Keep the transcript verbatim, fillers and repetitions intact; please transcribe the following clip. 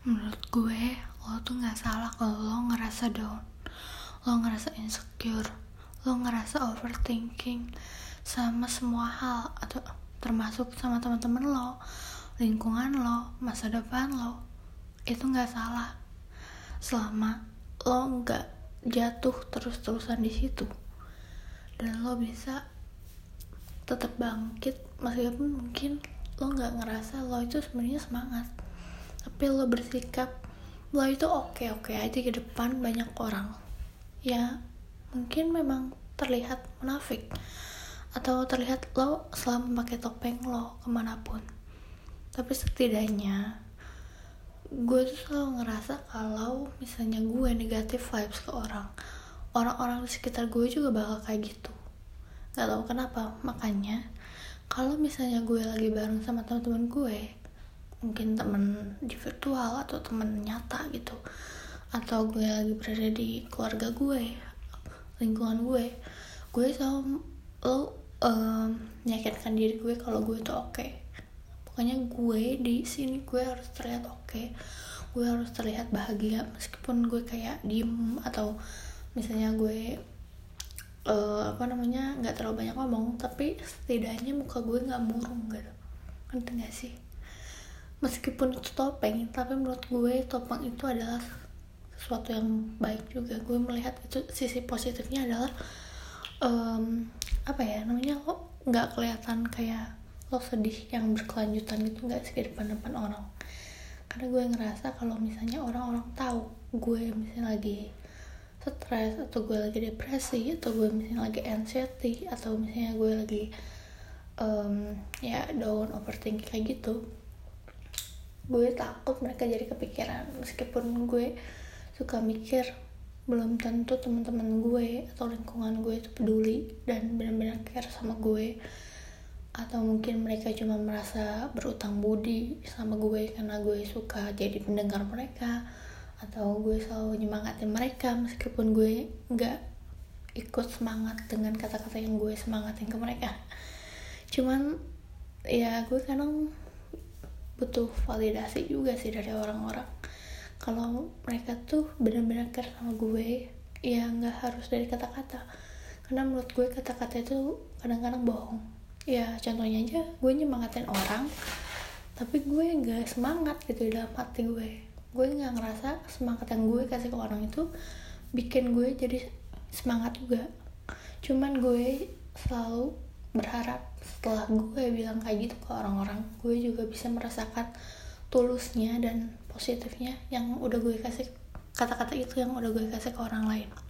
Menurut gue, lo tuh gak salah kalau lo ngerasa down, lo ngerasa insecure, lo ngerasa overthinking sama semua hal, atau termasuk sama teman-teman lo, lingkungan lo, masa depan lo. Itu gak salah selama lo gak jatuh terus-terusan di situ dan lo bisa tetap bangkit meskipun mungkin lo gak ngerasa lo itu sebenarnya semangat, tapi lo bersikap lo itu oke-oke aja di depan banyak orang. Ya mungkin memang terlihat munafik atau terlihat lo selalu memakai topeng lo kemanapun, tapi setidaknya gue tuh selalu ngerasa kalau misalnya gue negatif vibes ke orang, orang-orang di sekitar gue juga bakal kayak gitu. Gak tahu kenapa, makanya kalau misalnya gue lagi bareng sama teman-teman gue, mungkin temen di virtual atau temen nyata gitu, atau gue lagi berada di keluarga gue, lingkungan gue, gue selalu lo um, meyakinkan diri gue kalau gue tuh oke. Okay. Pokoknya gue di sini gue harus terlihat oke, okay. Gue harus terlihat bahagia meskipun gue kayak diem atau misalnya gue uh, apa namanya nggak terlalu banyak ngomong, tapi setidaknya muka gue nggak murung gitu, ngerti nggak sih? Meskipun itu topeng, tapi menurut gue topeng itu adalah sesuatu yang baik juga. Gue melihat itu sisi positifnya adalah um, apa ya namanya, lo nggak kelihatan kayak lo sedih yang berkelanjutan gitu, nggak sih di depan-depan orang. Karena gue ngerasa kalau misalnya orang-orang tahu gue misalnya lagi stres atau gue lagi depresi atau gue misalnya lagi anxiety atau misalnya gue lagi um, ya down, overthinking kayak gitu, gue takut mereka jadi kepikiran. Meskipun gue suka mikir belum tentu teman-teman gue atau lingkungan gue itu peduli dan benar-benar care sama gue, atau mungkin mereka cuma merasa berutang budi sama gue karena gue suka jadi pendengar mereka, atau gue selalu nyemangatin mereka meskipun gue gak ikut semangat dengan kata-kata yang gue semangatin ke mereka. Cuman ya gue kadang butuh validasi juga sih dari orang-orang kalau mereka tuh benar-benar care sama gue. Ya gak harus dari kata-kata, karena menurut gue kata-kata itu kadang-kadang bohong. Ya contohnya aja, gue nyemangatin orang tapi gue gak semangat gitu di dalam hati gue. Gue gak ngerasa semangat yang gue kasih ke orang itu bikin gue jadi semangat juga. Cuman gue selalu berharap setelah gue bilang kayak gitu ke orang-orang, gue juga bisa merasakan tulusnya dan positifnya yang udah gue kasih, kata-kata itu yang udah gue kasih ke orang lain.